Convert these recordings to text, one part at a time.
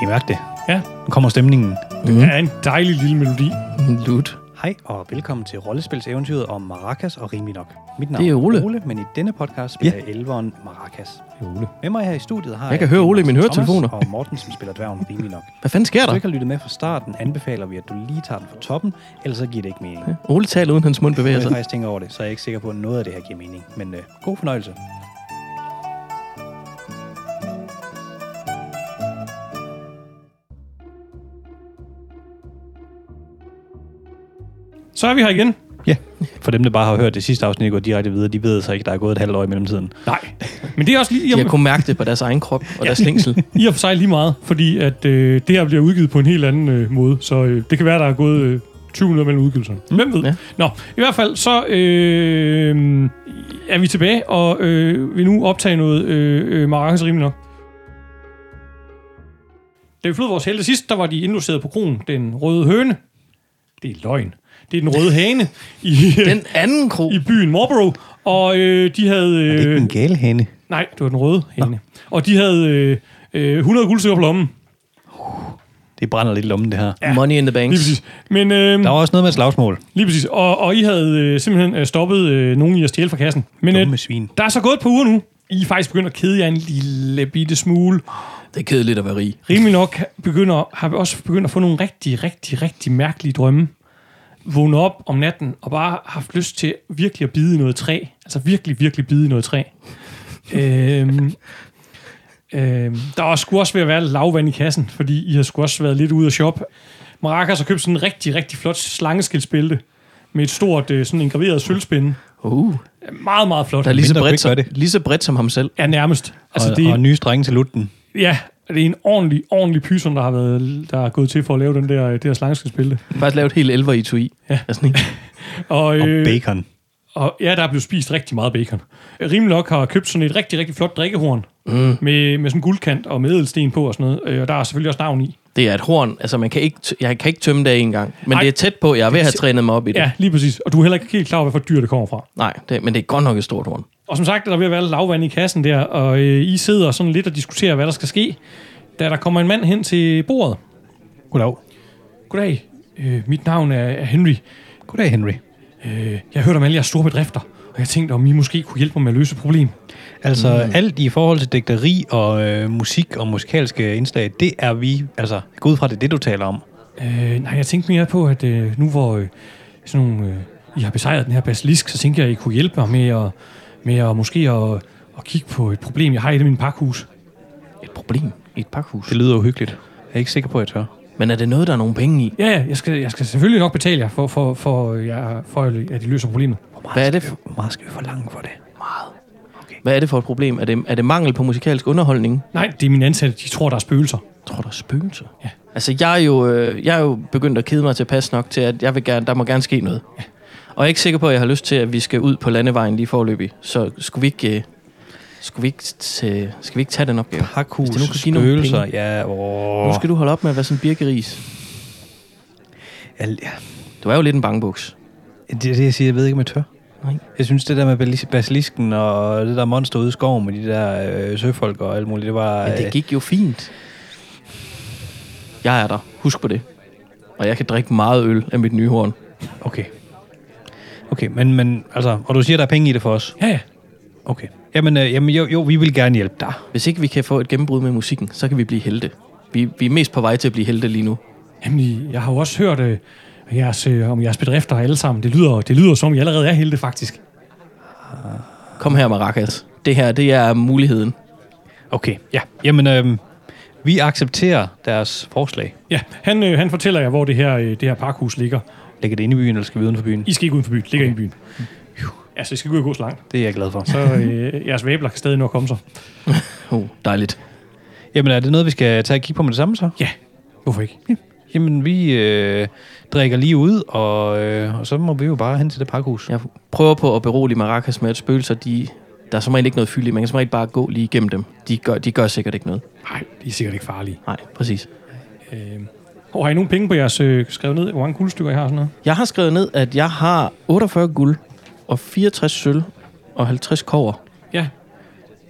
Kan I mærke det? Ja. Nu kommer stemningen. Det er en dejlig lille melodi. Lut. Hej og velkommen til rollespilseventyret om Maracas og Rimelig Nok. Mit navn Det er Ole. Ole, men i denne podcast spiller jeg elveren Maracas. Ole. Med mig her i studiet har Jeg kan høre Ole i mine høretelefoner. Thomas og Morten, som spiller dværgen Rimelig Nok. Hvad fanden sker Hvis du der? ikke har lyttet med fra starten, anbefaler vi, at du lige tager den fra toppen, ellers så giver det ikke mening. Ole taler uden hans mund bevæger Jeg sig. faktisk tænker over det, så er jeg ikke sikker på, at noget af det her giver mening. Men god fornøjelse. Så er vi her igen. Ja, for dem, der bare har hørt det sidste afsnit, går direkte videre, de ved så ikke, der er gået et halvt år i mellemtiden. Nej. Men det er også lige... De har kunnet mærke det på deres egen krop og deres længsel. I og for sig lige meget, fordi at det her bliver udgivet på en helt anden måde. Så det kan være, der er gået 20 minutter mellem udgivelserne. Hvem ved? Ja. Nå, i hvert fald så er vi tilbage, og vil nu optage noget Maracas Rimelig Nok. Da vi flød vores helte sidst, der var de indlogeret på kronen, den røde høne. Det er løgn. Det er den røde hane i, Den anden kro. i byen Marlborough, og de havde... Er det ikke en gale hane? Nej, det var den røde hane. Og de havde 100 guldstykker på lommen. Det brænder lidt i lommen, det her. Ja. Money in the banks. Lige præcis. Men, Der var også noget med slagsmål. lige præcis. Og I havde simpelthen stoppet nogen i at stjæle fra kassen. Men Dumme svin. der er så gået et par uger nu. I er faktisk begyndt at kede jer en lille bitte smule. Det er kedeligt at være rig. Rimelig nok har vi også begyndt at få nogle rigtig mærkelige drømme. Vågne op om natten og bare haft lyst til virkelig at bide i noget træ. Altså virkelig bide i noget træ. Der er sgu også ved at være lavvand i kassen, fordi I har sgu også været lidt ude at shoppe. Maracas har købt sådan en rigtig flot slangeskildsbælte med et stort sådan engraveret sølvspænde. Meget flot. Der er lige så, Mindre bredt kunne som, ikke gøre lige så bredt som ham selv. Ja, nærmest. Altså, Og nye strenge til lutten. ja, det er en ordentlig pyson, der er gået til for at lave det der slangeskildsbælte. Faktisk lavet helt elver i tui. Ja. Sådan en. Og bacon. Og ja, der er blevet spist rigtig meget bacon. Rimelig Nok har købt sådan et rigtig flot drikkehorn med sådan guldkant og med ædelsten på og sådan noget. Og der er selvfølgelig også navn i. Det er et horn. Altså, jeg kan ikke tømme det en gang. Men Ej. det er tæt på. Jeg er ved at have trænet mig op i det. Ja, lige præcis. Og du er heller ikke helt klar over, hvad for dyr det kommer fra. Nej, men det er godt nok et stort horn. Og som sagt, der er ved at være lavvand i kassen der, og I sidder sådan lidt og diskuterer, hvad der skal ske, da der kommer en mand hen til bordet. Goddag. Goddag, mit navn er Henry. Goddag, Henry. Jeg hørte om alle jeres store bedrifter, og jeg tænkte, om I måske kunne hjælpe mig med at løse et problem. Altså, alt i forhold til digteri og musik og musikalske indslag, det er vi, altså, gå ud fra det, du taler om. Nej, jeg tænkte mere på, at nu hvor sådan nogle, I har besejret den her basilisk, så tænkte jeg, at I kunne hjælpe mig med at måske at kigge på et problem, jeg har i det min pakhus. Et problem i et pakhus. Det lyder uhyggeligt. Jeg er ikke sikker på, at jeg tør. Men er det noget, der er nogle penge i? Ja, jeg skal selvfølgelig nok betale jer for at I løser problemet. Hvad er det Hvor meget skal vi forlange for det? Hvad er det for et problem? Er det mangel på musikalsk underholdning? Nej, det er mine ansatte, de tror, der er spøgelser. Jeg tror, der er spøgelser. Ja. Altså, jeg er jo begyndt at kede mig tilpas nok til, at der må gerne ske noget. Ja. Og jeg er ikke sikker på, at jeg har lyst til, at vi skal ud på landevejen lige forløbig. Så skal vi ikke tage den opgave? Pakhus, Hvis det nu kan give nogle spøgelser, penge. ja. Nu skal du holde op med at være sådan en birkeris. Ja, Du er jo lidt en bangebuks. det er det, jeg siger. Jeg ved ikke, om jeg tør. Nej. Jeg synes, det der med basilisken og det der monster ude i skoven med de der søfolk og alt muligt, det var... Men det gik jo fint. Jeg er der. Husk på det. Og jeg kan drikke meget øl af mit nye horn. Okay, men altså... Og du siger, der er penge i det for os? Ja. Okay. Jamen jo, vi vil gerne hjælpe dig. Hvis ikke vi kan få et gennembrud med musikken, så kan vi blive helte. Vi er mest på vej til at blive helte lige nu. Jamen, jeg har jo også hørt om jeres bedrifter alle sammen. Det lyder som, I allerede er helte, faktisk. Kom her, Maracas. Det her, det er muligheden. Okay, ja. Jamen, vi accepterer deres forslag. Ja, han fortæller jer, hvor det her pakhus ligger. Ligger det inde i byen, eller skal vi uden for byen? I skal ikke uden for byen. Det ligger inde i byen. Altså, I skal gå så langt. Det er jeg glad for. Så jeres væbler kan stadig nok komme sig. Dejligt. Jamen, er det noget, vi skal tage og kigge på med det samme så? Ja, hvorfor ikke? Ja. Jamen, vi drikker lige ud, og så må vi jo bare hen til det pakhus. Jeg prøver på at berolige Maracas med, at spøgelser, der er som regel ikke noget fyldt i. Man kan som regel bare gå lige igennem dem. De gør sikkert ikke noget. Nej, de er sikkert ikke farlige. Nej, præcis. Har I nogle penge på jeres skrevet ned? Hvor mange guldstykker I har sådan noget? Jeg har skrevet ned, at jeg har 48 guld og 64 sølv og 50 kobber. Ja.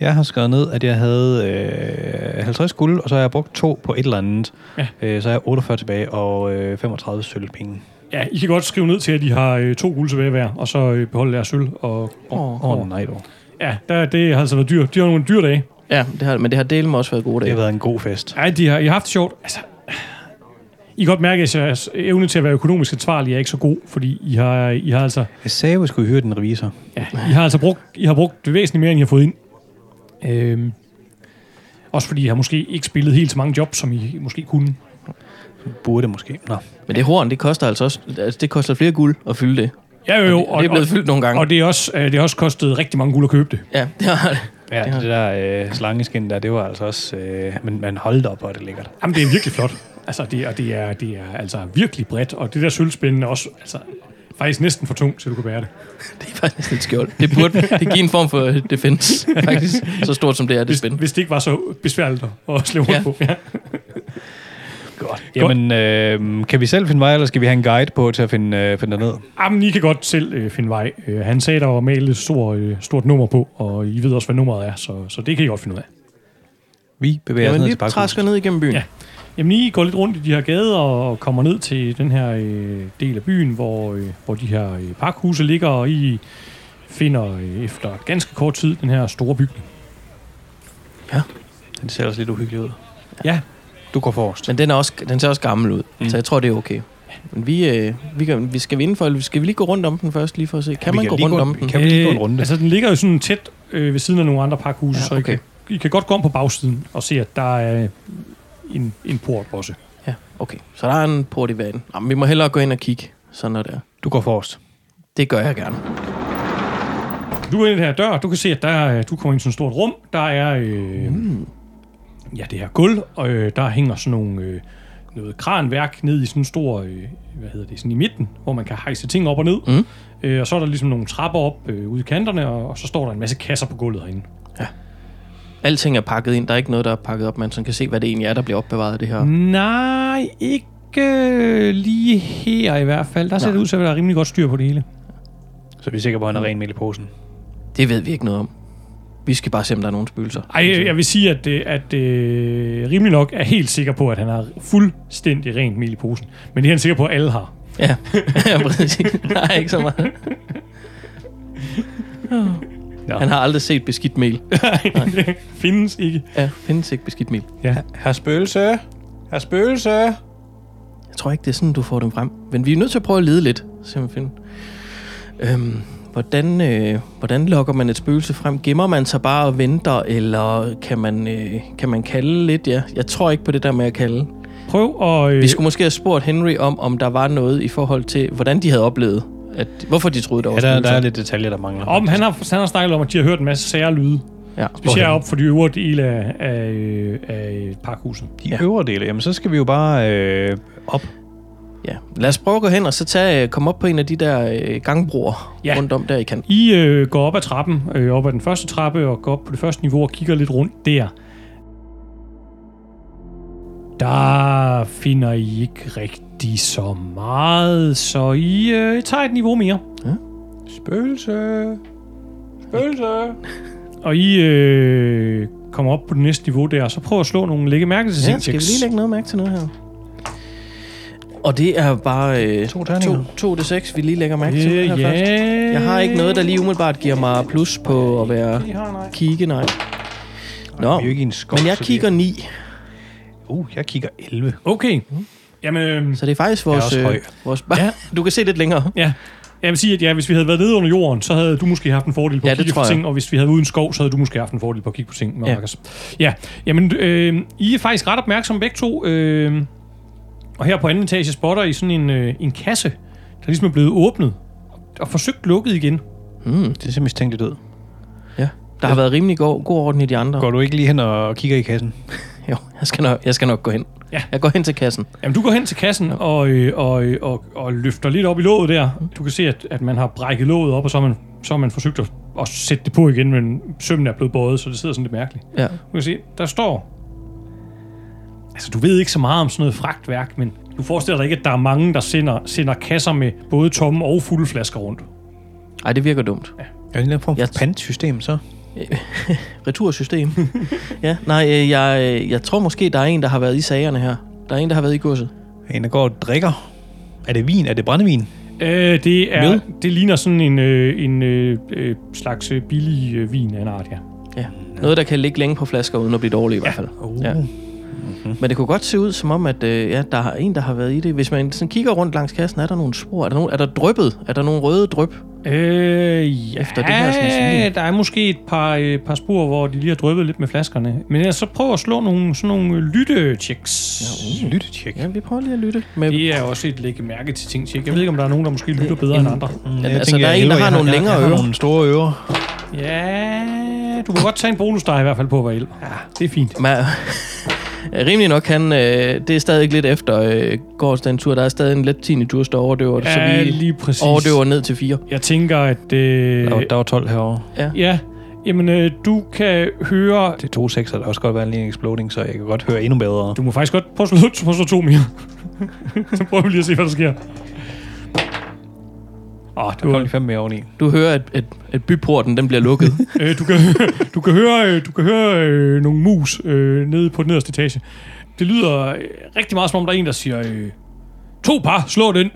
Jeg har skrevet ned, at jeg havde 50 guld, og så har jeg brugt 2 på et eller andet. Ja. Så er jeg 48 tilbage, og 35 sølvpenge. Ja, I kan godt skrive ned til, at de har 2 guld tilbage hver, og så beholde deres sølv. Nej dog. Ja, det har altså været dyrt. De har nogle dyre dage. Ja, men det har delt med også været gode dage. Det har været en god fest. Ja, I har haft det sjovt. Altså, I kan godt mærke, at jeres evne til at være økonomisk ansvarlig er ikke så god, fordi I har altså... Jeg sagde, at vi skulle høre den revisor. Ja, I har brugt det væsentligt mere, end I har fået ind. Også fordi I har måske ikke spillet helt så mange jobs, som I måske kunne. Burde måske. Nå. Men det horn, det koster altså også... Altså, det koster flere guld at fylde det. Ja, jo. Og det er blevet fyldt nogle gange. Og det er også kostet rigtig mange guld at købe det. Ja, det har det. Ja, det der slangeskin der, det var altså også... man holdt op, og det lækkert. Jamen, det er virkelig flot. Altså, det er altså virkelig bredt, og det der sølvspændende også... Altså, faktisk næsten for tungt, så du kan bære det. Det er faktisk lidt skjold. Det burde give en form for defense, faktisk. Så stort som det er, det spænd. Hvis det ikke var så besværligt at slæve rundt på. Ja. Godt. Jamen, kan vi selv finde vej, eller skal vi have en guide på til at finde derned? Jamen, I kan godt selv finde vej. Han sagde, der var malet et stort nummer på, og I ved også, hvad nummeret er, så det kan I godt finde ud af. Vi bevæger os ned til parkhuset. Vi træsker ned igennem byen. Ja. Jamen, I går lidt rundt i de her gader og kommer ned til den her del af byen, hvor de her parkhuse ligger, og I finder efter ganske kort tid den her store bygning. Ja. Den ser også lidt uhyggelig ud. Ja. Du går forrest. Men den ser også gammel ud, så jeg tror, det er okay. Men vi skal vi indenfor, eller skal vi lige gå rundt om den først, lige for at se? Kan man gå rundt om den? Kan vi lige gå en runde? Altså, den ligger jo sådan tæt ved siden af nogle andre parkhuse, ja, okay. Så I kan godt gå om på bagsiden og se, at der er en port også. Ja, okay. Så der er en port i vejen. Jamen, vi må hellere gå ind og kigge, sådan er det. Du går forrest. Det gør jeg gerne. Du går ind i den her dør, du kan se, at du kommer ind i sådan et stort rum. Der er det her gulv, og der hænger sådan noget kranværk ned i sådan en stor, sådan i midten, hvor man kan hejse ting op og ned. Og så er der ligesom nogle trapper op ude i kanterne, og så står der en masse kasser på gulvet herinde. Ja. Alting er pakket ind. Der er ikke noget, der er pakket op, man sådan kan se, hvad det egentlig er, der bliver opbevaret af det her. Nej, ikke lige her i hvert fald. Der ser det ud til, at der er rimelig godt styr på det hele. Så vi er sikre på, at han er ren mel i posen? Det ved vi ikke noget om. Vi skal bare se, om der er nogle spøgelser. Ej, jeg vil sige, at rimelig nok er helt sikker på, at han har fuldstændig rent mel i posen. Men det er han sikker på, at alle har. Ja, præcis. Nej, ikke så meget. Ja. Han har aldrig set beskidt mel. Nej, det findes ikke. Ja, findes ikke beskidt mel. Ja. Herr Spøgelse! Herr Spøgelse! Jeg tror ikke, det er sådan, du får dem frem. Men vi er nødt til at prøve at lede lidt, simpelthen. Hvordan lokker man et spøgelse frem? Gemmer man sig bare og venter, eller kan man kalde lidt? Ja, jeg tror ikke på det der med at kalde. Prøv at... Vi skulle måske have spurgt Henry om der var noget i forhold til, hvordan de havde oplevet, hvorfor de troede, der var spøgelser. Der er lidt detaljer, der mangler. Han har snakket om, at de har hørt en masse særlyde. Ja. Specielt op for de øvre dele af parkhuset. De øvre dele? Jamen, så skal vi jo bare op. Ja, lad os prøve at gå hen og så komme op på en af de der gangbroer rundt om der i kanten. I går op ad trappen, op ad den første trappe, og går op på det første niveau og kigger lidt rundt der. Der finder I ikke rigtig så meget, så I tager et niveau mere. Ja. Spøgelse! Spøgelse! Og I kommer op på det næste niveau der, og så prøv at slå nogle lægge mærke til ting. Ja, skal vi lige lægge noget mærke til noget her? Og det er bare 2d6, vi lige lægger mærke til her først. Jeg har ikke noget, der lige umiddelbart giver mig plus på at være kigge, nej. Nå, men jeg kigger 9. Jeg kigger 11. Okay. Jamen, så det er faktisk vores ja. Du kan se lidt længere. Ja. Jeg vil sige, at hvis vi havde været nede under jorden, så havde du måske haft en fordel på at kigge på ting, og hvis vi havde været uden skov, så havde du måske haft en fordel på at kigge på ting, Marcus. Ja. Jamen, I er faktisk ret opmærksomme begge to. Og her på anden etage spotter I sådan en kasse, der ligesom er blevet åbnet og forsøgt lukket igen. Det ser simpelthen mistænkeligt ud. Ja, der har været rimelig god orden i de andre. Går du ikke lige hen og kigger i kassen? Jo, jeg skal nok gå hen. Ja. Jeg går hen til kassen. Jamen, du går hen til kassen og løfter lidt op i låget der. Du kan se, at man har brækket låget op, og så har man forsøgt at sætte det på igen, men sømmen er blevet bøjet, så det sidder sådan lidt mærkeligt. Ja. Du kan se, der står... Altså, du ved ikke så meget om sådan noget fragtværk, men du forestiller dig ikke, at der er mange, der sender kasser med både tomme og fulde flasker rundt. Ej, det virker dumt. Ja. Er det en form for pantsystem, så? Retursystem. Ja, nej, jeg tror måske, der er en, der har været i sagerne her. Der er en, der har været i godset. En, der går og drikker. Er det vin? Er det brændevin? Det ligner sådan en slags billig vin af en art, ja. Ja, noget, der kan ligge længe på flasker, uden at blive dårlig i hvert fald. Ja. Men det kunne godt se ud som om, at der er en, der har været i det. Hvis man sådan kigger rundt langs kassen, er der nogle spor? Er der dryppet? Er der nogle røde dryp? Efter det her, sådan, der er måske et par spor, hvor de lige har dryppet lidt med flaskerne. Men jeg så prøver at slå sådan nogle lyttechecks. Ja, lyttecheck. Ja, vi prøver lige at lytte. Det er også et lægge mærke til ting. Jeg ved ikke, om der er nogen, der måske lytter bedre end andre. Altså, der er en, der har nogle længere ører. Nogle store ører. Ja, du kan godt tage en bonus der i hvert fald på, hvad ja, det er fint. Rimelig nok, det er stadig lidt efter gårdsdagens tur. Der er stadig en let 10. tur, der overdøver det, så vi lige præcis. Overdøver ned til 4. Jeg tænker, at... Der var 12 herovre. Ja. Jamen, du kan høre... Det er 2 6, der også godt være en lille exploding, så jeg kan godt høre endnu bedre. Du må faktisk godt prøve at slå 2 mere. Så prøver vi lige at se, hvad der sker. Der kommer 5 mere oveni. Du hører, at byporten den bliver lukket. Du kan høre nogle mus nede på den nederste etage. Det lyder rigtig meget, som om der er en, der siger 2 par, slå den.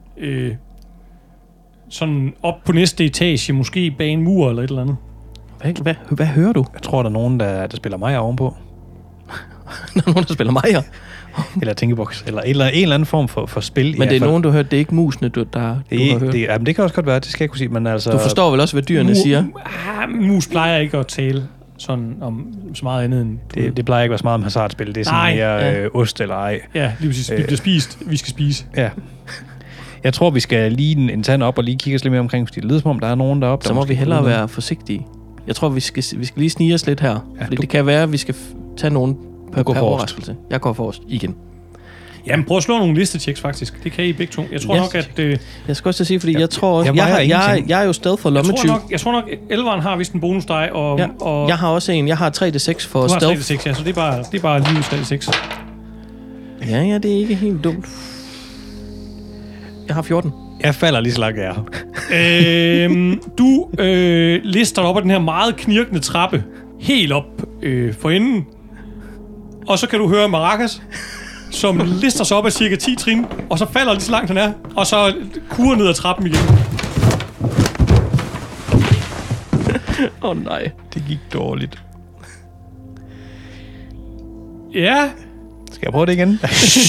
Sådan op på næste etage, måske bag en mur eller et eller andet. Hvad hører du? Jeg tror, der er nogen, der spiller mig ovenpå. Der er nogen, der spiller mig her. Eller tænkeboks, eller en eller anden form for spil. Men det er nogen, du har hørt, det er ikke musene, du har hørt? Jamen, det kan også godt være, det skal jeg kunne sige, men altså... Du forstår vel også, hvad dyrene siger? Mus plejer ikke at tale sådan om så meget andet end... Det plejer ikke at være så meget om hasardspil, det er sådan mere ost eller ej. Ja, lige præcis. Vi bliver spist, vi skal spise. Ja. Jeg tror, vi skal lige en tand op og lige kigge os lidt mere omkring, fordi det lyder som om, der er nogen deroppe. Så må vi hellere være forsigtige. Jeg tror, vi skal lige snige os lidt her. Ja, fordi det kan være, at vi skal tage nogen per overraskelse. Jeg går forrest igen. Jamen, prøv at slå nogle listetjeks, faktisk. Det kan I begge to. Jeg tror nok, at... Jeg skal også sige, fordi jeg tror også... Jeg er jo stealth for lommetyv. Jeg tror nok, Elveren har vist en bonus dig, og... Jeg har også en. Jeg har 3d6 for stealth. Du har 3d6, ja, så det er bare lige 3d6. Ja, det er ikke helt dumt. Jeg har 14. Jeg falder lige så langt, jeg er. Du lister dig op ad den her meget knirkende trappe, helt op for enden. Og så kan du høre Maracas, som lister sig op af cirka 10 trin, og så falder lige så langt han er, og så kurer ned ad trappen igen. Nej. Det gik dårligt. Ja. Skal jeg prøve det igen?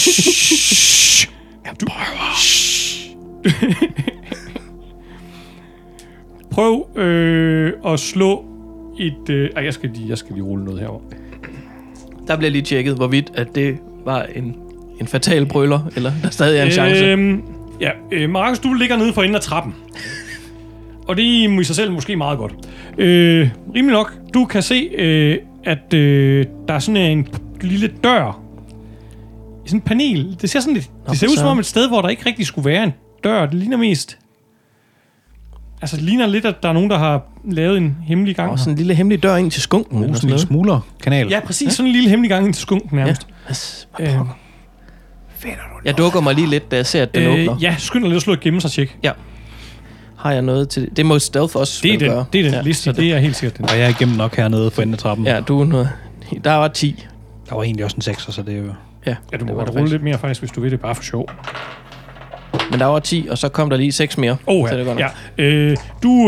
Prøv at slå et... jeg skal lige rulle noget herover. Der bliver lige tjekket, hvorvidt at det var en fatal brøler, eller der stadig er en chance. Marcus, du ligger nede for enden af trappen. Og det er i sig selv måske meget godt. Rimelig nok. Du kan se, at der er sådan en lille dør. Sådan en panel. Det ser sådan lidt... Det ser ud som om et sted, hvor der ikke rigtig skulle være en dør. Det ligner mest... Altså, det ligner lidt, at der er nogen, der har lavet en hemmelig gang. Og sådan en lille hemmelig dør ind til skunken. Sådan en lille smuglerkanal. Ja, præcis. Ja. Sådan en lille hemmelig gang ind til skunken nærmest. Ja. Jeg dukker mig lige lidt, da jeg ser, at den åbner. Ja, skynd dig lidt at slå et gemme-sig-tjek. Ja. Har jeg noget til det? Det må stealth også gøre. Det er den liste, det er helt sikkert den. Og jeg er igennem nok hernede for enden af trappen. Ja, du er noget. Der var 10. Der var egentlig også en 6, så det er jo... Ja, du må godt rulle lidt mere faktisk, hvis du vil det, bare for sjov. Men der var 10, og så kom der lige 6 mere. Ja. Du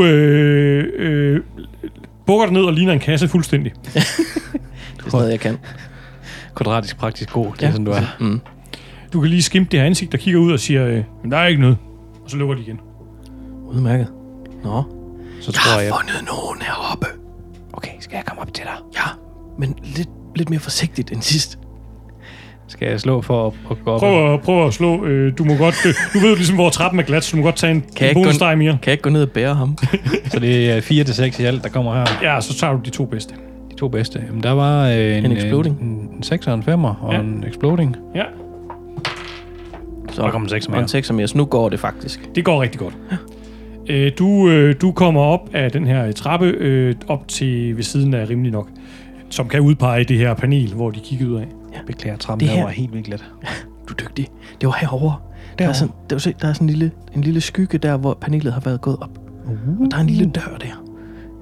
bukker dig ned og ligner en kasse fuldstændig. Det er sådan noget, jeg kan. Kvadratisk praktisk god, det er sådan, du er. Mm. Du kan lige skimpe det her ansigt, der kigger ud og siger, men der er ikke noget. Og så lukker de igen. Udmærket. Nå. Så tror jeg har fundet nogen heroppe. Okay, skal jeg komme op til dig? Ja, men lidt mere forsigtigt end sidst. Skal jeg slå for at gå op? Prøv at slå. Du må godt... Du ved ligesom, hvor trappen er glat, så du må godt tage en bonusdej mere. Kan jeg ikke gå ned og bære ham? Så det er 4-6 i alt, der kommer her? Ja, så tager du de 2 bedste. De 2 bedste? Jamen, der var en exploding. En 6 og en 5'er og en exploding. Ja. Så der kommer en 6 mere. Og en 6 mere, så nu går det faktisk. Det går rigtig godt. Ja. Du kommer op af den her trappe op til ved siden af rimelig nok, som kan udpege det her panel, hvor de kigger ud af. Ja, beklager, trappen her var helt vildt let. Du er dygtig. Det var herovre. Der er sådan en lille skygge der, hvor panelet har været gået op. Og der er en lille dør der.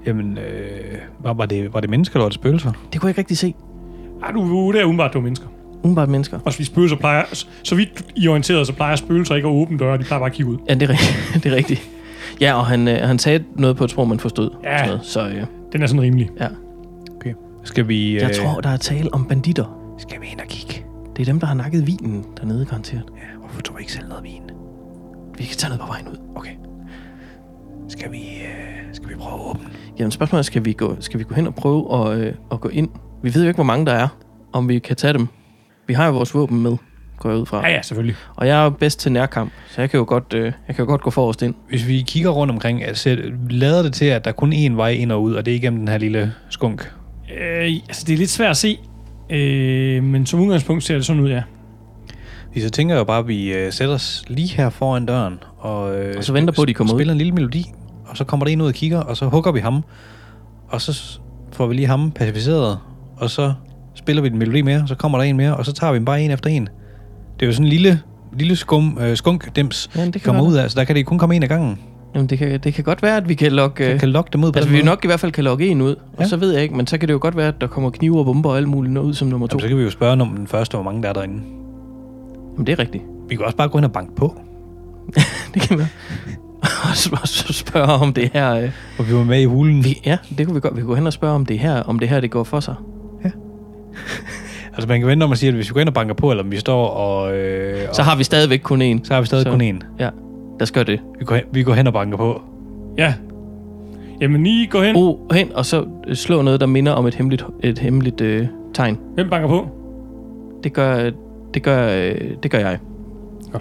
Jamen, var det mennesker, eller var det spøgelser? Det kunne jeg ikke rigtig se. Ej, det er umiddelbart, du mennesker. Umiddelbart mennesker. Og hvis spøgelser plejer... Så vidt I er orienteret, så plejer spøgelser ikke at åbne døre, de plejer bare at kigge ud. Ja, det er rigtigt. Ja, og han sagde noget på et sprog, man forstod. Ja, noget, så, den er sådan rimelig. Ja. Okay. Skal vi... Jeg tror, der er tale om banditter. Skal vi ind og kigge? Det er dem, der har nakket vinen dernede, garanteret. Ja, hvorfor tror jeg ikke selv noget vin? Vi kan tage noget på vejen ud. Okay. Skal vi prøve at åbne? Jamen spørgsmålet er, skal vi gå hen og prøve at gå ind? Vi ved jo ikke, hvor mange der er, om vi kan tage dem. Vi har jo vores våben med, går jeg ud fra. Ja, selvfølgelig. Og jeg er jo bedst til nærkamp, så jeg kan jo godt gå forrest ind. Hvis vi kigger rundt omkring, lader det til, at der kun er én vej ind og ud, og det er igennem den her lille skunk? Altså, det er lidt svært at se, men som udgangspunkt ser det sådan ud, ja. Så tænker jeg jo bare, at vi sætter os lige her foran døren, og så venter på, at de kommer ud. Spiller en lille melodi, og så kommer der en ud og kigger, og så hugger vi ham, og så får vi lige ham pacificeret, og så spiller vi en melodi mere, så kommer der en mere, og så tager vi dem bare en efter en. Det er jo sådan en lille skunk-dims, ja, der kommer ud af, så der kan det kun komme en af gangen. Jamen, det kan godt være, at vi kan lokke dem ud på altså, vi nok i hvert fald kan lokke en ud, ja. Og så ved jeg ikke, men så kan det jo godt være, at der kommer knive og bomber og alt muligt ud som nummer 2. Jamen, så kan vi jo spørge om den første, hvor mange der er derinde. Jamen, det er rigtigt. Vi kan også bare gå ind og banke på. Det kan vi. Og så spørge om det her... Og vi var med i hulen. Ja, det kunne vi godt. Vi kunne gå hen og spørge om det her det går for sig. Ja. Altså man kan vente om at sige, at hvis vi går ind og banker på, eller om vi står og... så har vi stadigvæk kun én. Så har vi stadig kun én. Ja, lad os gøre det. Vi går hen og banker på. Ja. Jamen I går hen. Hen og så slå noget, der minder om et hemmeligt tegn. Hvem banker på? Det gør jeg. Godt.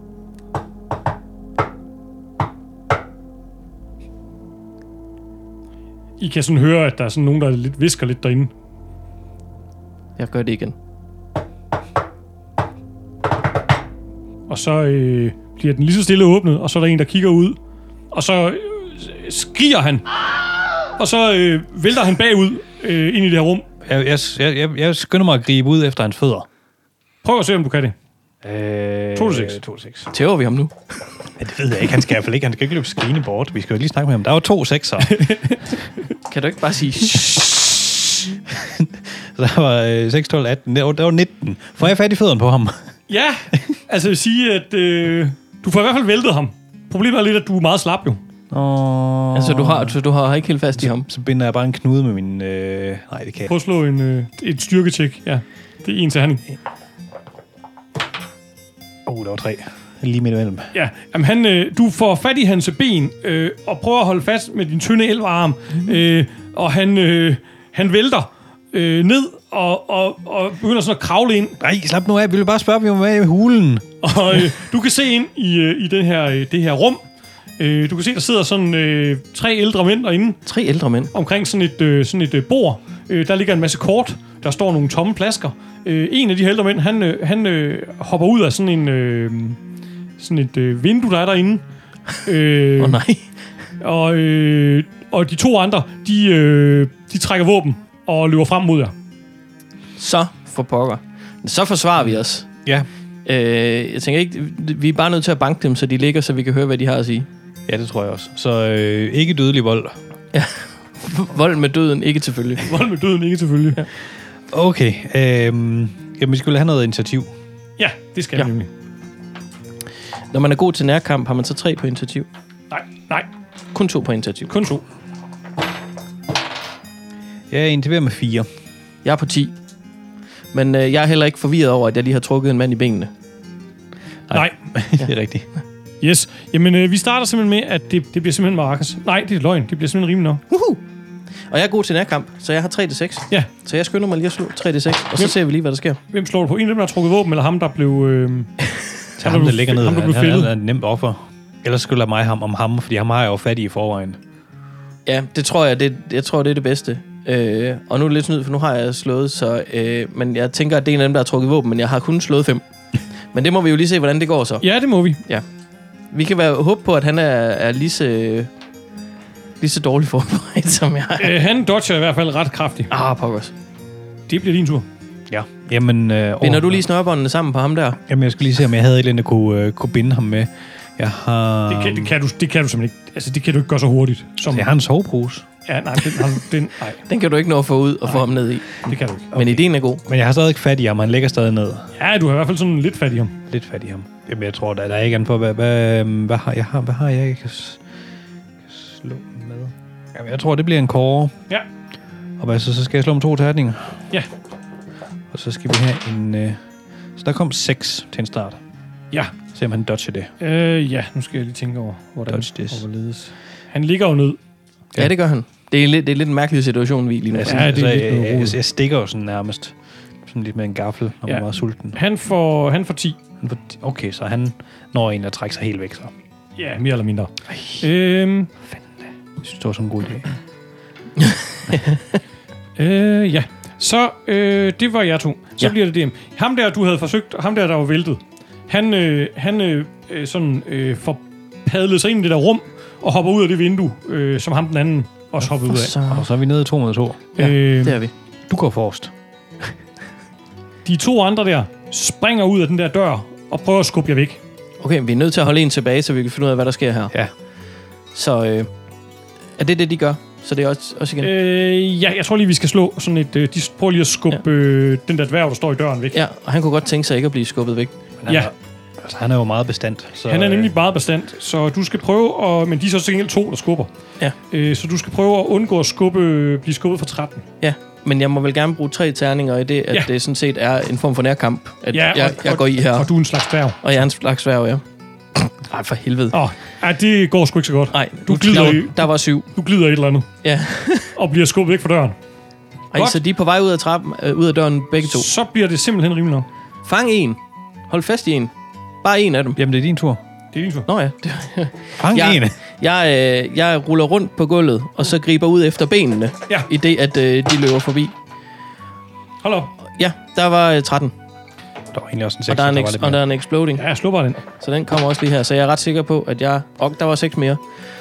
I kan sådan høre, at der er sådan nogen, der lidt visker lidt derinde. Jeg gør det igen. Og så bliver den lige så stille åbnet, og så er der en, der kigger ud. Og så skriger han. Og så vælter han bagud ind i det her rum. Jeg skynder mig at gribe ud efter hans fødder. Prøv at se, om du kan det. 2-6. Tæver vi ham nu? Ja, det ved jeg ikke. Han skal i hvert fald ikke. Han skal ikke løbe skrigende bort. Vi skal jo lige snakke med ham. Der er jo 2 sekser. Kan du ikke bare sige... Så der var 6, 12, 18. Der var 19. Får jeg fat i fødderne på ham? Ja, altså jeg vil sige, at du får i hvert fald væltet ham. Problemet er lidt, at du er meget slap jo. Altså du har ikke helt fast i ham. Så binder jeg bare en knude med min... Nej, det kan jeg. Prøv at slå et styrketjek. Ja, det er en til handling. Der var 3. Lige midt imellem. Ja, jamen du får fat i hans ben og prøver at holde fast med din tynde elverarm. Og han vælter ned og begynder sådan at kravle ind. Nej, slap nu af. Vi vil bare spørge, om vi var med i hulen. Og du kan se ind i det her rum. Du kan se, der sidder sådan 3 ældre mænd derinde. 3 ældre mænd? Omkring sådan et bord. Der ligger en masse kort. Der står nogle tomme flasker. En af de ældre mænd, han hopper ud af sådan et vindue, der er derinde. Nej. Og de 2 andre, de trækker våben og løber frem mod jer. Så for pokker. Så forsvarer vi os. Ja. Jeg tænker ikke, vi er bare nødt til at banke dem, så de ligger, så vi kan høre, hvad de har at sige. Ja, det tror jeg også. Så ikke dødelig vold. Ja. Vold med døden, ikke selvfølgelig. Vold med døden, ikke selvfølgelig. Ja. Okay. Jamen, vi skulle have noget initiativ. Ja, det skal jeg nemlig. Når man er god til nærkamp, har man så 3 på initiativ? Nej. Kun 2 på initiativ? Kun 2. Jeg er initieret med 4. Jeg er på 10. Men jeg er heller ikke forvirret over, at jeg lige har trukket en mand i benene. Nej. Det er rigtigt. Yes. Jamen, vi starter simpelthen med, at det bliver simpelthen Maracas. Nej, det er løgn. Det bliver simpelthen rimelig nok. Og jeg er god til nærkamp, så jeg har 3-6. Ja. Så jeg skynder mig lige at slå 3-6, og så ser vi lige, hvad der sker. Hvem slår du på? En af dem, der har trukket våben, eller ham, der blev... Så ham, der ligger nede. Han er en nemt offer. Ellers skulle jeg mig om ham, fordi ham har jeg jo fat i forvejen. Ja, det tror jeg. Jeg tror, det er det bedste. Og nu er det lidt snyd, for nu har jeg slået, så... men jeg tænker, at det er en af dem, der har trukket våben, men jeg har kun slået 5. Men det må vi jo lige se, hvordan det går så. Ja, det må vi. Ja. Vi kan håbe på, at han er lige så dårligt forberedt, som jeg er. Han dodger i hvert fald ret kraftigt. Pokkers. Det bliver din tur. Ja. Jamen, binder du lige snørbåndene sammen på ham der? Jamen, jeg skulle lige se, om jeg havde et eller andet, kunne binde ham med. Jeg har... Det kan du simpelthen ikke. Altså, det kan du ikke gøre så hurtigt. Som... Jeg har en sovepose. Ja, nej, nej. Den kan du ikke nå at få ud og få ham ned i. Det kan du ikke. Okay. Men ideen er god. Men jeg har stadig ikke fat i ham, han ligger stadig ned. Ja, du har i hvert fald sådan lidt fat i ham. Lidt fat i ham. Jamen, jeg tror, der er ikke andet på, hvad har jeg ikke kan slå med? Jamen, jeg tror, det bliver en kåre. Ja. Og hvad så skal jeg slå med 2 terninger? Ja. Og så skal vi have en... Så der kom 6 til en start. Ja. Se om han dodger det. Ja, nu skal jeg lige tænke over, hvordan overledes. Han ligger jo ned. Ja, det gør han. Det er lidt en mærkelig situation, vi lige nu. Ja, det er jeg stikker jo sådan nærmest. Sådan lidt med en gaffel, når man er meget sulten. Han får 10. Okay, så han når en at trække sig helt væk, så. Ja, mere eller mindre. Fanden da. Jeg synes, det var sådan en god idé. Ja. Så det var jer to. Så bliver det DM. Ham der, du havde forsøgt, ham der var væltet, han får padlet sig ind i det der rum, og hopper ud af det vindue, som ham den anden også hoppede ud af. Og så er vi nede i 2 mod 2. Ja, det er vi. Du går forrest. De 2 andre der springer ud af den der dør, og prøver at skubbe jer væk. Okay, vi er nødt til at holde en tilbage, så vi kan finde ud af, hvad der sker her. Ja. Så er det, de gør? Så det er også igen? Ja, jeg tror lige, vi skal slå sådan et... De prøver lige at skubbe den der dværg, der står i døren væk. Ja, og han kunne godt tænke sig ikke at blive skubbet væk. Han er jo meget bestandt. Så han er nemlig meget bestandt, så du skal prøve at... Men de er så til gengæld 2, der skubber. Ja. Så du skal prøve at undgå at blive skubbet fra 13. Ja, men jeg må vel gerne bruge 3 terninger i det, at det sådan set er en form for nærkamp, at jeg går i her. Og du er en slags dværg. Og jeg er en slags dværg, ja. Nej, for helvede. Det går sgu ikke så godt. Nej, der var 7. Du glider et eller andet. Ja. Og bliver skubbet væk fra døren. Ej, så de er på vej ud af trappen, ud af døren begge 2. Så bliver det simpelthen rimelig nok. Fang en. Hold fast i en. Bare en af dem. Jamen, det er din tur. Det er din tur. Nå ja. Fang en. Jeg ruller rundt på gulvet, og så griber ud efter benene, i det, at de løber forbi. Hold op. Ja, der var 13. Der var egentlig også en 6. Og der er en exploding. Ja, jeg slår bare den. Så den kommer også lige her. Så jeg er ret sikker på, at jeg... Og der var 6 mere.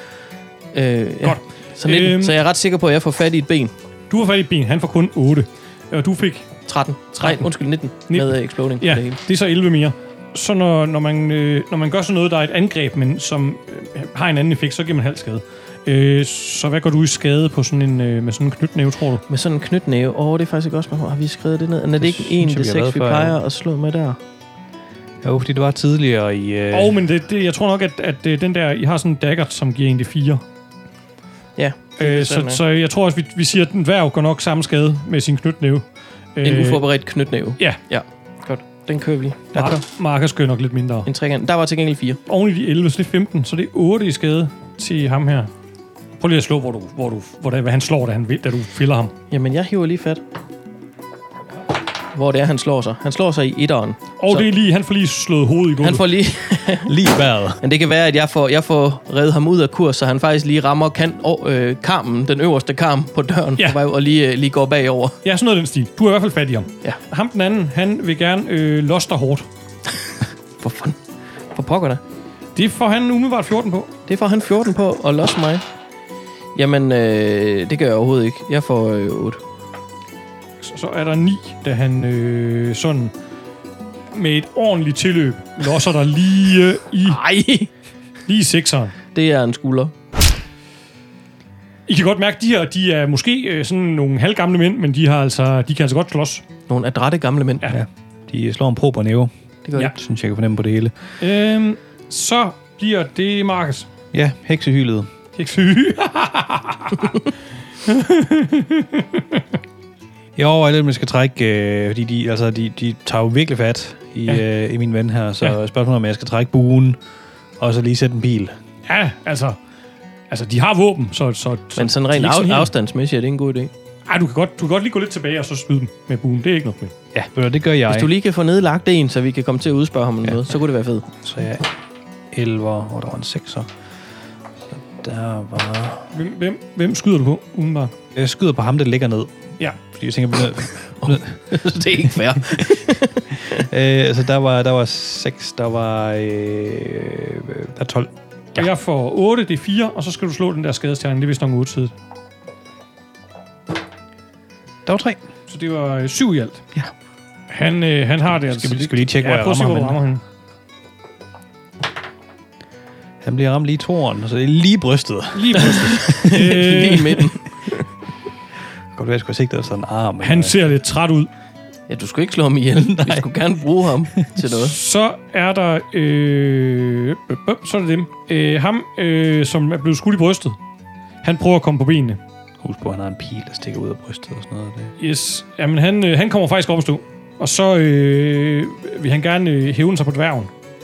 Godt. Så 19. Så jeg er ret sikker på, at jeg får fat i et ben. Du har fat i et ben. Han får kun 8. Og du fik... 13. Nej, undskyld, 19. Med exploding. Ja, det er så 11 mere. Så når man gør sådan noget, der er et angreb, men som har en anden effekt, så giver man halv skade. Så hvad går du i skade på sådan en, med sådan en knytnæve, tror du? Med sådan en knytnæve? Det er faktisk ikke også... Har vi skrevet det ned? Er det ikke 1d6, vi plejer at slå med der? Jo, fordi det var tidligere i... men jeg tror nok, at den der... I har sådan en dagger, som giver 1d4. Ja. Så jeg tror også, vi siger, at den dværg går nok samme skade med sin knytnæve. En uforberedt knytnæve? Ja. Godt. Den kører vi. Markers gør nok lidt mindre. En trekant. Der var til gengæld 4. Oven i de 11, så det er 15. Så det er 8 i skade til ham her. Prøv lige at slå, hvad han slår, da du fælder ham. Jamen, jeg hiver lige fat. Hvor det er, han slår sig. Han slår sig i 1'eren. Og det er lige, han får lige slået hovedet i gulvet. Han får lige... lige bæret. Men det kan være, at jeg får revet ham ud af kurs, så han faktisk lige rammer karmen, den øverste karm på døren, og lige går bagover. Ja, sådan noget den stil. Du er i hvert fald fat i ham. Ja. Ham den anden, han vil gerne losse dig hårdt. For fanden. For pokker da. Det får han umiddelbart 14 på. Det får han 14 på, og losse mig. Jamen, det gør jeg overhovedet ikke. Jeg får 8. Så er der 9, da han sådan med et ordentligt tilløb losser dig lige i 6'eren. Det er en skulder. I kan godt mærke, at de her, de er måske sådan nogle halvgamle mænd, men de kan altså godt slås. Nogle adrette gamle mænd. Ja. De slår en prober næve. Det gør jeg. Synes jeg kan fornemme på det hele. Så bliver det Marcus. Ja, heksehylet. Jeg overvejer lidt, om jeg skal trække, fordi de tager jo virkelig fat i min ven her, så spørgsmålet om jeg skal trække buen, og så lige sætte en pil. Ja, altså de har våben, så men sådan rent afstandsmæssigt er det en god idé. Ej, du kan godt lige gå lidt tilbage og så skyde dem med buen. Det er ikke noget med. Ja, det gør jeg. Hvis du lige kan få nedlagt en, så vi kan komme til at udspørge ham noget, så kunne det være fedt. Så jeg 11, og der var en 6'er. Der var... Hvem skyder du på, umiddelbart? Jeg skyder på ham, der ligger ned. Ja. Fordi jeg tænker... Det er ikke fair. Så der var 6, der var 12. Ja. Jeg får 8, det er 4, og så skal du slå den der skadestjerning. Det er vist nok 8 side. Der var 3. Så det var 7 i alt. Ja. Han har det altså... Skal vi lige tjekke, hvor jeg rammer henne? Han bliver ramt lige i toren, så det er lige brystet. Lige i midten. Godt være, jeg skulle have sigtet sådan en arm. Han ser lidt træt ud. Ja, du skulle ikke slå ham ihjel. Vi skulle gerne bruge ham til noget. Så er der... så er det dem. Ham, som er blevet skudt i brystet. Han prøver at komme på benene. Husk på, han har en pil, der stikker ud af brystet og sådan noget. Det. Yes. Jamen, han kommer faktisk op at stå. Og så vil han gerne hævne sig på dværgen.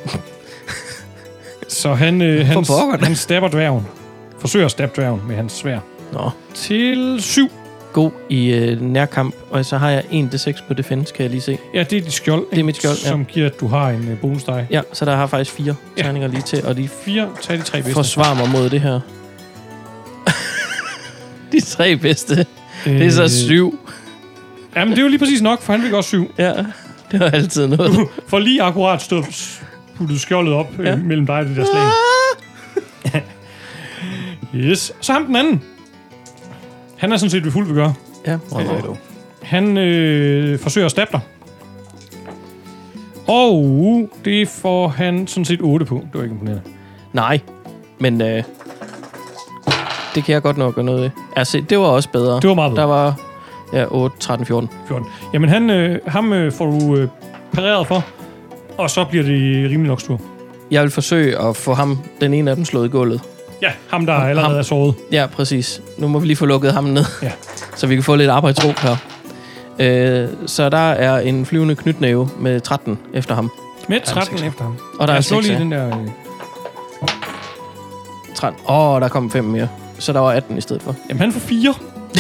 Så han stabber dværgen. Forsøger at stabbe dværgen med hans sværd. Nå. Til 7. God i nærkamp. Og så har jeg 1d6 på defense, kan jeg lige se. Ja, det er dit skjold. Det er mit skjold, ja. Som giver, at du har en bonus dig. Ja, så der har faktisk 4 terninger lige til. Og de 4, tag de 3 bedste. Forsvarer mig mod det her. De 3 bedste. Det er så 7. Jamen, det er jo lige præcis nok, for han fik også 7. Ja, det var altid noget. For lige akkurat puttet skjoldet op mellem dig og det der slag. Yes. Så ham den anden. Han er sådan set ved fuld ved gøre. Ja. Han forsøger at stabbe dig. Og det får han sådan set 8 på. Det var ikke imponerende. Nej, men det kan jeg godt nok gøre noget af. Altså, det var også bedre. Det var meget bedre. Der var 8, 13, 14. 14. Jamen, ham får du pareret for, og så bliver det rimelig nok stor. Jeg vil forsøge at få den ene af dem slået i gulvet. Ja, ham der allerede er såret. Ja, præcis. Nu må vi lige få lukket ham ned, ja. Så vi kan få lidt arbejdsro her. Så der er en flyvende knytnæve med 13 efter ham. Med 13 efter ham. Og der er 6 lige den der... 13. Der kom 5 mere. Så der var 18 i stedet for. Jamen, han får 4.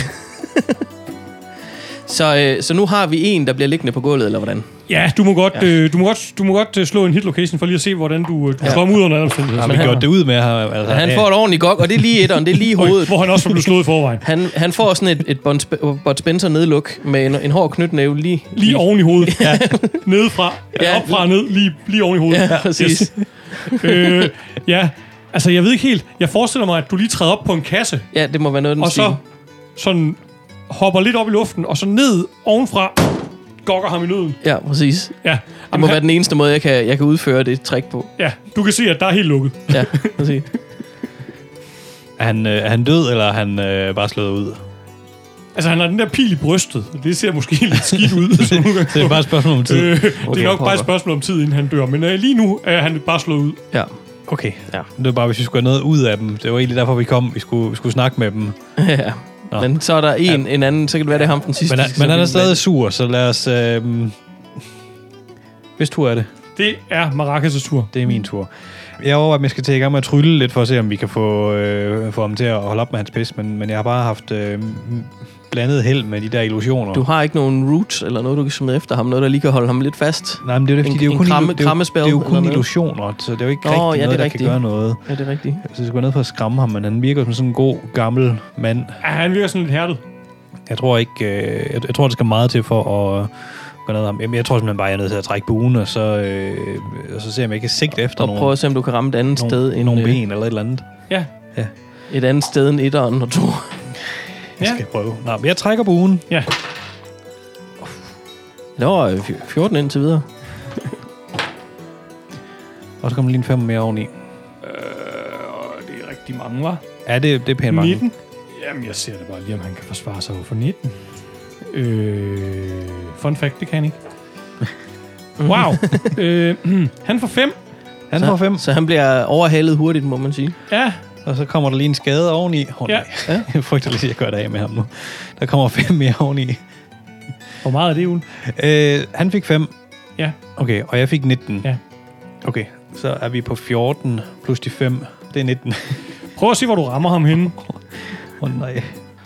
Så nu har vi en, der bliver liggende på gulvet, eller hvordan? Ja, du må godt slå en hit location for lige at se, hvordan du kommer ud under alle omstændigheder. Ja, men gjort det ud med her. Altså, han får et ordentligt gok, og det er lige etteren, det er lige i hovedet. Hvor han også blev slået i forvejen. Han får sådan et Bud Spencer nedluk med en hård knytnæve lige oven i hovedet. Ja. Nedefra. Ja. Opfra og ned, lige oven i hovedet. Ja, præcis. Yes. Ja, altså jeg ved ikke helt. Jeg forestiller mig, at du lige træder op på en kasse. Ja, det må være noget, den og så sådan hopper lidt op i luften, og så ned ovenfra, gokker ham i nøden. Ja, præcis. Ja. Det må være den eneste måde, jeg kan udføre det trick på. Ja, du kan se, at der er helt lukket. Ja, præcis. Er han død, eller er han bare slået ud? Altså, han har den der pil i brystet. Det ser måske lidt skidt ud. Det er bare et spørgsmål om tid. Det er nok bare et spørgsmål om tid, inden han dør. Men lige nu er han bare slået ud. Ja. Okay. Ja. Det var bare, hvis vi skulle have noget ud af dem. Det var egentlig derfor, vi kom. Vi skulle snakke med dem. Ja. Nå. Men så er der en anden, så kan det være, det er ham den sidste. Men han er stadig sur, så lad os... Hvis tur er det? Det er Maracas' tur. Det er min tur. Jeg overvejer, at jeg skal tage i gang med at trylle lidt, for at se, om vi kan få ham til at holde op med hans pis, men jeg har bare haft blandet held med de der illusioner. Du har ikke nogen roots eller noget, du kan smide efter ham? Noget, der lige kan holde ham lidt fast? Nej, men det er jo, fordi det er jo kun illusioner, så det er jo ikke rigtig noget, der kan gøre noget. Ja, det er rigtigt. Så jeg skal gå ned for at skræmme ham, men han virker som sådan en god, gammel mand. Ja, han virker sådan lidt hærdet. Jeg tror ikke... jeg tror, det skal meget til for at gå ned ham. Jeg tror simpelthen bare, jeg er nødt til at trække buen, og så se, om jeg kan sigte efter og prøve at se, om du kan ramme et andet sted. Nogle ben eller et eller andet. Ja. Et andet sted end 1'eren og 2. Jeg skal prøve. Nå, men jeg trækker buen. Ja. Det var 14 indtil videre. Og så kommer lige en 5 mere oveni. Det er rigtig mange, hva'? Ja, det er pænt mange. 19? Jamen, jeg ser det bare lige, om han kan forsvare sig for 19. Fun fact, det kan han ikke. Wow. Han får 5. Han får 5. Så han bliver overhalet hurtigt, må man sige. Ja. Og så kommer der lige en skade oveni. Ja. Jeg frygter lige, at jeg gør det af med ham nu. Der kommer 5 mere oveni. Hvor meget er det, Ulen? Han fik 5. Ja. Okay, og jeg fik 19. Ja. Okay, så er vi på 14 plus de 5. Det er 19. Prøv at se, hvor du rammer ham henne. Nej.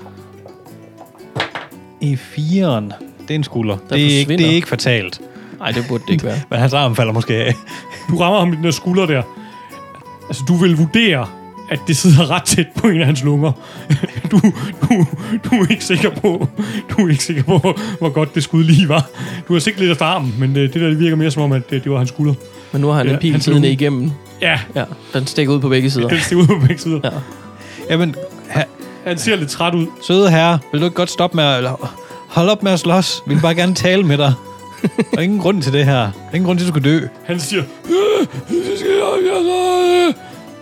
I 4'eren. Det er en skulder. Det er ikke fatalt. Nej, det burde det ikke være. Men hans arm falder måske af. Du rammer ham i den der skulder der. Altså, du vil vurdere, at det sidder ret tæt på en af hans lunger. Du er ikke sikker på, hvor godt det skud lige var. Du har sikkert lidt efter armen, men det der virker mere som om, at det var hans skulder. Men nu har han en pil siddende igennem. Ja. Den stikker ud på begge sider. Den stikker ud på begge sider. Ja. Jamen, han ser lidt træt ud. Søde herre, vil du ikke godt stoppe med at... Hold op med at slås. Vi vil bare gerne tale med dig. Der er ingen grund til det her. Der er ingen grund til, at du skal dø. Han siger...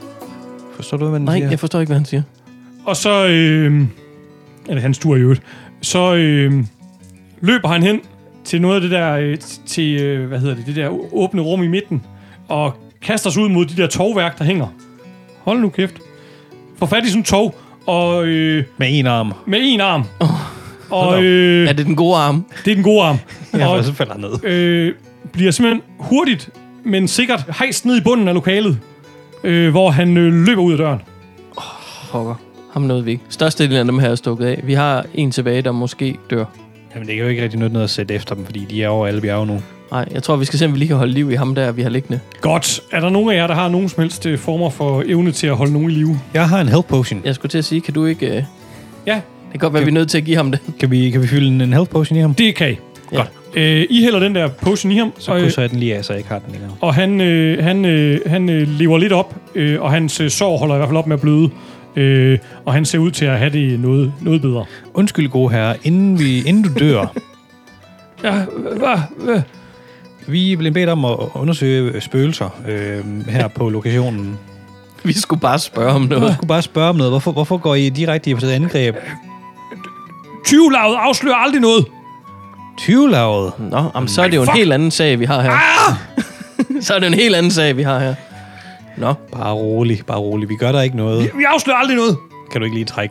Forstår du, hvad han siger? siger? Nej, jeg forstår ikke, hvad han siger. Og så... er det hans tur i øvrigt. så løber han hen til noget af det der, det der åbne rum i midten, og kaster sig ud mod de der tovværk, der hænger. Hold nu kæft. Får fat i sådan en tov, og... med en arm. Med en arm. Og, er det den gode arm? Det er den gode arm. Ja, og så falder han ned. Bliver simpelthen hurtigt, men sikkert hejst ned i bunden af lokalet, hvor han løber ud af døren. Pokker. Ham nåede vi ikke. Størstedelen af dem her er stukket af. Vi har en tilbage, der måske dør. Jamen, det kan jo ikke rigtig noget at sætte efter dem, fordi de er over alle bjerge nu. Nej, jeg tror, vi skal se, om vi lige kan holde liv i ham der, vi har liggende. Godt. Er der nogen af jer, der har nogen som helst former for evne til at holde nogen i live? Jeg har en health potion. Jeg skulle til at sige, kan du ikke... Ja. Det kan godt være, vi er nødt til at give ham det. Kan vi fylde en health potion i ham? Det kan I. Ja. Godt. I hælder den der potion i ham. Så krydser jeg den lige af, så jeg ikke har den længere. Og han lever lidt op, og hans sår holder i hvert fald op med at bløde. Og han ser ud til at have det noget bedre. Undskyld, gode herre. Inden du dør... Ja, hvad? Vi er blevet bedt om at undersøge spøgelser her på lokationen. Vi skulle bare spørge om noget. Vi skulle bare spørge om noget. Hvorfor går I direkte i angreb? Tyvelaget afslører aldrig noget. Tyvelaget? Nå, så er det jo en helt anden sag, vi har her. Så er det en helt anden sag, vi har her. Nå. Bare rolig. Vi gør der ikke noget. Vi afslører aldrig noget. Kan du ikke lige trække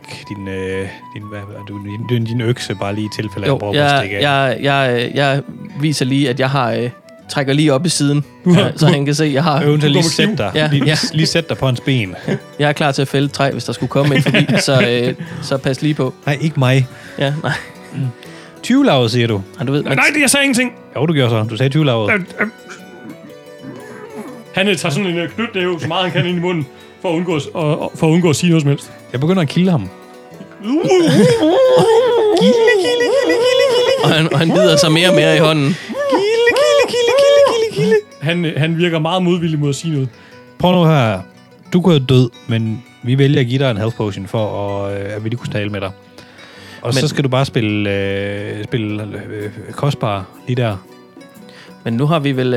din økse bare lige i tilfælde af at bruge at stikke af? Jeg viser lige, at jeg har... trækker lige op i siden, så han kan se, jeg har... Øven til lige sæt dig. Ja. Lige sæt dig på hans ben. Jeg er klar til at fælde træ, hvis der skulle komme en forbi, så pas lige på. Nej, ikke mig. Ja, nej. 20-lavet, siger du? Ja, du ved, nej, jeg sagde ingenting. Jo, du gjorde så. Du sagde 20-lavet. Han tager sådan en knytnæve, så meget han kan ind i munden, for at undgå at sige noget som helst. Jeg begynder at kilde ham. Og han bider sig mere og mere i hånden. Han virker meget modvillig mod at sige noget. Prøv nu her. Du kunne have død, men vi vælger at give dig en health potion for, at vi lige kunne tale med dig. Og så skal du bare spille kostbar lige der. Men nu har vi vel...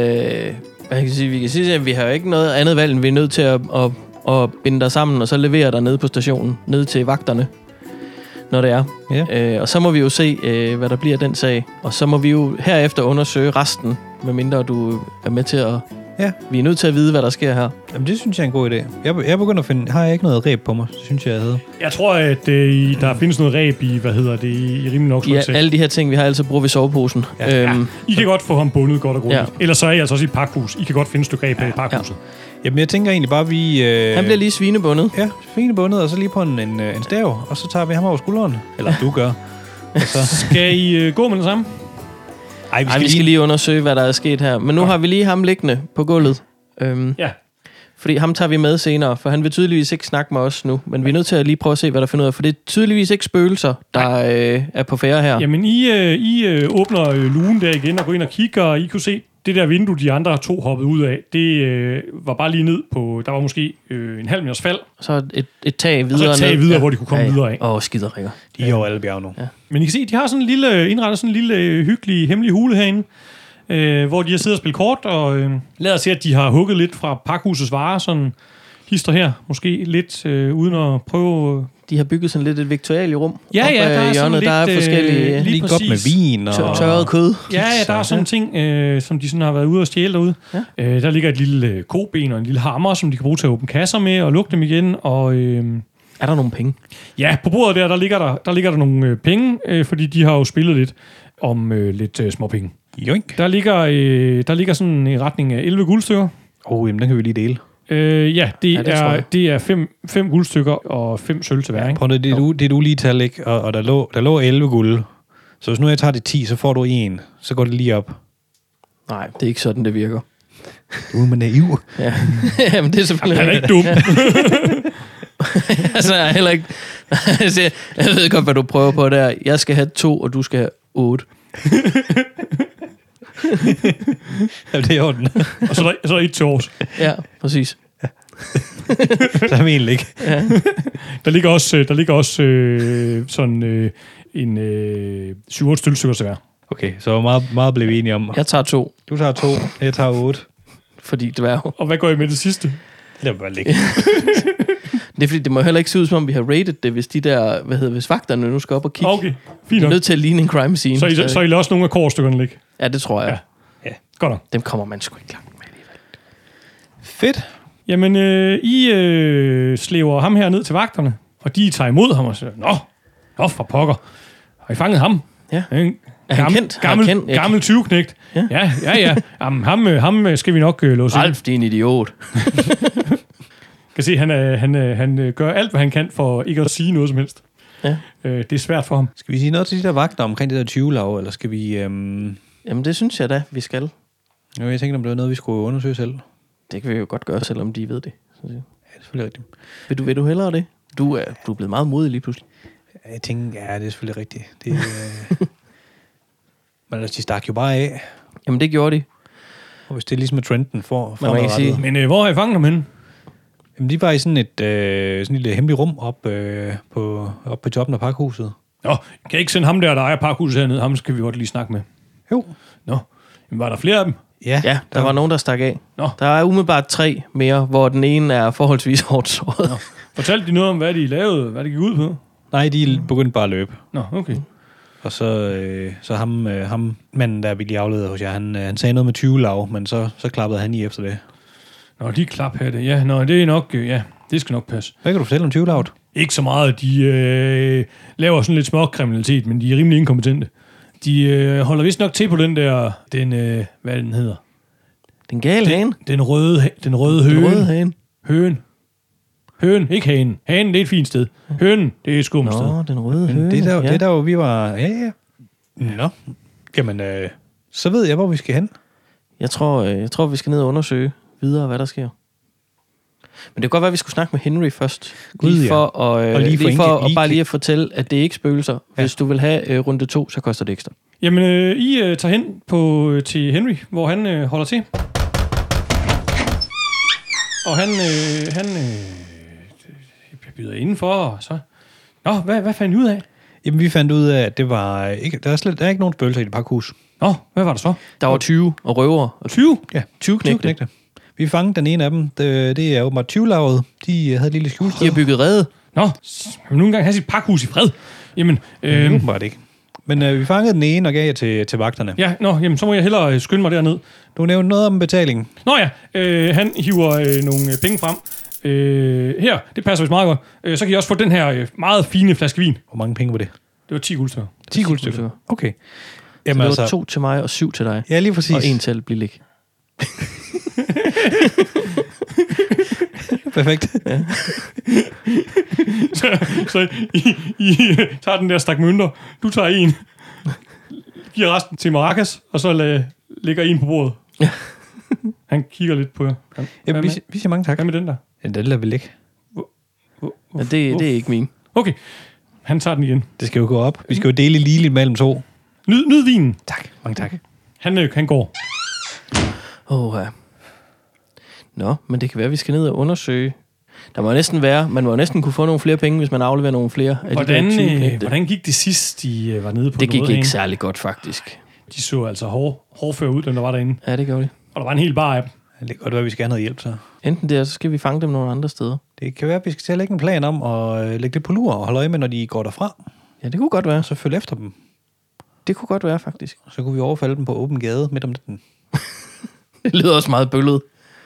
vi kan sige, at vi har jo ikke noget andet valg, end vi er nødt til at binde dig sammen, og så levere dig nede på stationen, ned til vagterne, når det er. Ja. Og så må vi jo se, hvad der bliver den sag. Og så må vi jo herefter undersøge resten, medmindre du er med til at... Ja. Vi er nødt til at vide, hvad der sker her. Jamen, det synes jeg er en god idé. Jeg begynder at finde... Har jeg ikke noget ræb på mig? Det synes jeg havde. Jeg tror, at der findes noget ræb i, i rimelig nok. Ja, alle de her ting, vi har altid brugt i soveposen. Ja. I kan godt få ham bundet godt og grundigt. Ja. Ellers så er I altså også i et pakhus. I kan godt finde et stykke ræb i pakhuset. Ja. Jamen, jeg tænker egentlig bare, vi... Han bliver lige svinebundet. Ja, svinebundet, og så lige på en stav, og så tager vi ham over skulderen. Eller du gør. Så. Skal I gå med det samme? Vi skal lige undersøge, hvad der er sket her. Men nu har vi lige ham liggende på gulvet. Ja. Fordi ham tager vi med senere, for han vil tydeligvis ikke snakke med os nu. Men vi er nødt til at lige prøve at se, hvad der finder ud af. For det er tydeligvis ikke spøgelser, der er på færre her. Jamen, I åbner lugen der igen og går ind og kigger, og I kunne se, det der vindue, de andre to hoppede ud af, det var bare lige ned på, der var måske en halv meters fald. Så et tag videre. Og så et tag videre, hvor de kunne komme videre af. Skiderikker. De er over alle bjerge nu. Ja. Men I kan se, de har sådan en lille, indrettet sådan en lille, hyggelig, hemmelig hule herinde, hvor de har siddet og spillet kort, og lader se, at de har hugget lidt fra pakhusets varer, sådan hister her, måske lidt, uden at prøve... De har bygget sådan lidt et viktualierum. Ja, der er sådan lidt... Der er forskellige... Lige godt med vin og... Tørret kød. Ja, der er sådan ting, som de sådan har været ude og stjæle derude. Ja. Der ligger et lille koben og en lille hammer, som de kan bruge til at åbne kasser med og lukke dem igen, og... Er der nogle penge? Ja, på bordet der ligger der nogle penge, fordi de har jo spillet lidt om lidt småpenge. Joink. Der ligger sådan i retning af 11 guldstykker. Jamen, den kan vi lige dele. Det er 5 guldstykker og 5 sølv til hver, ikke? Prøv det er du lige tal, ikke? Og der lå 11 guld. Så hvis nu jeg tager det 10, så får du 1. Så går det lige op. Nej, det er ikke sådan, det virker. Du er naiv. Ja, men det er selvfølgelig... Han er ikke dum. Altså, jeg er heller ikke... Jeg ved godt, hvad du prøver på der. Jeg skal have 2, og du skal have 8. Ja, det er orden. Og så er der 1 til års. Ja, præcis. Der er vi egentlig ikke. Ja. Der ligger også sådan en 7-8 stykker til hver. Okay, så meget, meget blev vi enige om. Jeg tager 2. Du tager 2, jeg tager 8. Fordi dværg. Og hvad går I med det sidste? Det er bare ligge. Det er fordi, det må heller ikke se ud, som om vi har rated det, hvis de der, hvis vagterne nu skal op og kigge. Okay, fint De er nok. nødt til at ligne en crime scene. Så I lader også nogle af korstykkerne ligge? Ja, det tror jeg. Ja, godt nok. Dem kommer man sgu ikke langt med alligevel. Fedt. Jamen, I slæver ham her ned til vagterne, og de tager imod ham og siger, Nå, for pokker. Har I fanget ham? Ja. En Er han kendt? Gammel 20-knægt. Ja. Ja. Jamen, ham skal vi nok låse ind. Ralf, det er en idiot. Kan se, han gør alt, hvad han kan for ikke at sige noget som helst. Ja. Det er svært for ham. Skal vi sige noget til de der vagter omkring det der 20-lav, eller skal vi... Jamen, det synes jeg da, vi skal. Jeg tænkte, om det var noget, vi skulle undersøge selv. Det kan vi jo godt gøre, selvom de ved det. Ja, det er selvfølgelig rigtigt. Vil du hellere det? Du er blevet meget modig lige pludselig. Jeg tænker, ja, det er selvfølgelig rigtigt. Det, men altså, de stak jo bare af. Jamen, det gjorde de. Og hvis det er ligesom med trenden for man kan sige. Men hvor har I fanget ham henne? Jamen, de var i sådan et lille hemmeligt rum op på toppen af pakhuset. Nå, kan I ikke sende ham der ejer parkhuset hernede? Ham skal vi godt lige snakke med. Jo. Nå, men var der flere af dem? Ja, der var nogen, der stak af. Nå. Der er umiddelbart 3 mere, hvor den ene er forholdsvis hårdt såret. Fortalte de noget om, hvad de lavede? Hvad det gik ud på? Nej, de begyndte bare at løbe. Nå, okay. Og så ham manden, der vi lige afledte hos jer, han sagde noget med 20-lav, men så klappede han i efter det. Nå, de klaphatte. Ja, det er nok... Ja, det skal nok passe. Hvad kan du fortælle om 20-lavet? Ikke så meget. De laver sådan lidt småkriminalitet, men de er rimelig inkompetente. De holder vist nok til på den der... hvad den hedder? Den gale hane? Den røde høne. Den røde hane. Høen, ikke hanen. Hanen, det er et fint sted. Hønen, det er et skumt sted. Nå, den røde høne. Det er der jo, vi var... Ja. Nå. Jamen, så ved jeg, hvor vi skal hen. Jeg tror, vi skal ned og undersøge videre, hvad der sker. Men det kan godt være, at vi skulle snakke med Henry først. Lige for bare lige at fortælle, at det ikke spøgelser. Ja. Hvis du vil have runde 2, så koster det ekstra. Jamen, I tager hen til Henry, hvor han holder til. Og han byder indenfor, og så... Nå, hvad fandt I ud af? Jamen, vi fandt ud af, at det var ikke... Der er ikke nogen spøgelser i det pakhus. Nå, hvad var der så? Der var 20 og røver. Og 20? Ja, 20 knægte. Vi fangede den ene af dem. Det er åbenbart 20-lavet. De havde et lille skjulsted. De har bygget rede. Nå, men nogle gange have sit pakhus i fred. Jamen, var det ikke. Men vi fangede den ene og gav jer til vagterne. Ja, jamen, så må jeg hellere skynde mig derned. Du nævnte noget om betalingen. Nå ja, han hiver nogle penge frem. Her, det passer vist meget godt. Så kan I også få den her meget fine flaske vin. Hvor mange penge var det? Det var 10 guldstykker. 10 guldstykker? Okay. Jamen, det var 2 til mig og 7 til dig. Ja, lige præcis. Og 1 til at blive lig. Perfekt. Ja. så I tager den der stak mønter. Du tager en. Giver resten til Maracas, og så lægger en på bordet. Ja. Han kigger lidt på jer. Ja, vi siger mange tak. Hvad med den der? Ja, den lader vi ligge. Ja, det er ikke min. Okay. Han tager den igen. Det skal jo gå op. Vi skal jo dele ligeligt mellem 2. Nyd vinen. Tak. Mange tak. Han går. Ja. Nå, men det kan være, at vi skal ned og undersøge. Der må næsten være, man må næsten kunne få nogle flere penge, hvis man afleverer nogle flere af hvordan gik det sidst, de var nede på det gik ikke særlig godt, faktisk. De så altså hårdfør ud, dem der var derinde. Ja, det gjorde de. Og der var en hel bar af dem. Det kan godt være, at vi skal have noget hjælp, så. Enten det, så skal vi fange dem nogle andre steder. Det kan være, at vi skal til at lægge en plan om at lægge det på lur og holde øje med, når de går derfra. Ja, det kunne godt være. Og så følge efter dem. Det kunne godt være, faktisk. Så kunne vi overfalde dem på åben gade midt om natten. Det lyder også meget bøllet.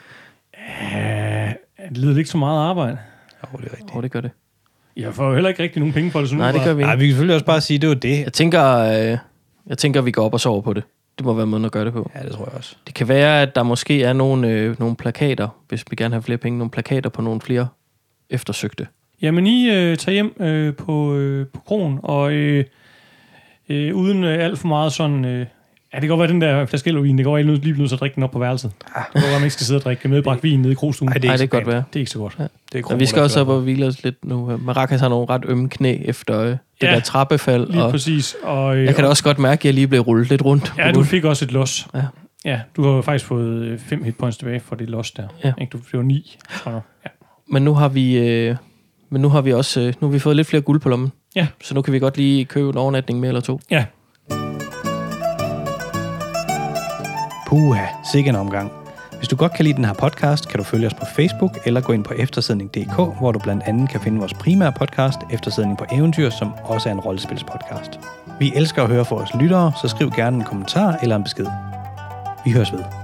Det lyder ikke så meget arbejde. Jo, det er rigtigt. Det gør det. Jeg får jo heller ikke rigtig nogen penge for det. Nej, det gør vi ikke. Nej, vi kan selvfølgelig også bare sige, at det var det. Jeg tænker, at vi går op og sover på det. Det må være måden at gøre det på. Ja, det tror jeg også. Det kan være, at der måske er nogle plakater, hvis vi gerne har flere penge, nogle plakater på nogle flere eftersøgte. Jamen, I tager hjem på kroen, og uden alt for meget sådan... det kan godt være den der flaske elvin, det går lige blevet så at drikke den op på værelset. Det kan godt være, man ikke skal sidde og drikke medbragt vin nede i krogstuen. Nej, det kan godt være. Det er ikke så godt. Ja. Det er vi skal også op og hvile os lidt nu. Maracas har nogle ret ømme knæ efter det der trappefald. Lige præcis. Og, jeg kan da også godt mærke, at jeg lige blev rullet lidt rundt. Ja, du fik også et los. Ja. Ja, du har faktisk fået 5 hitpoints tilbage for det los der. Ja. Ikke? Du blev 9. Ja. Men nu har vi også nu har vi fået lidt flere guld på lommen. Ja. Så nu kan vi godt lige købe en overnatning med eller 2. Ja. Puha, sikke en omgang. Hvis du godt kan lide den her podcast, kan du følge os på Facebook eller gå ind på eftersidning.dk, hvor du blandt andet kan finde vores primære podcast, Eftersidning på Eventyr, som også er en rollespilspodcast. Vi elsker at høre fra vores lyttere, så skriv gerne en kommentar eller en besked. Vi høres ved.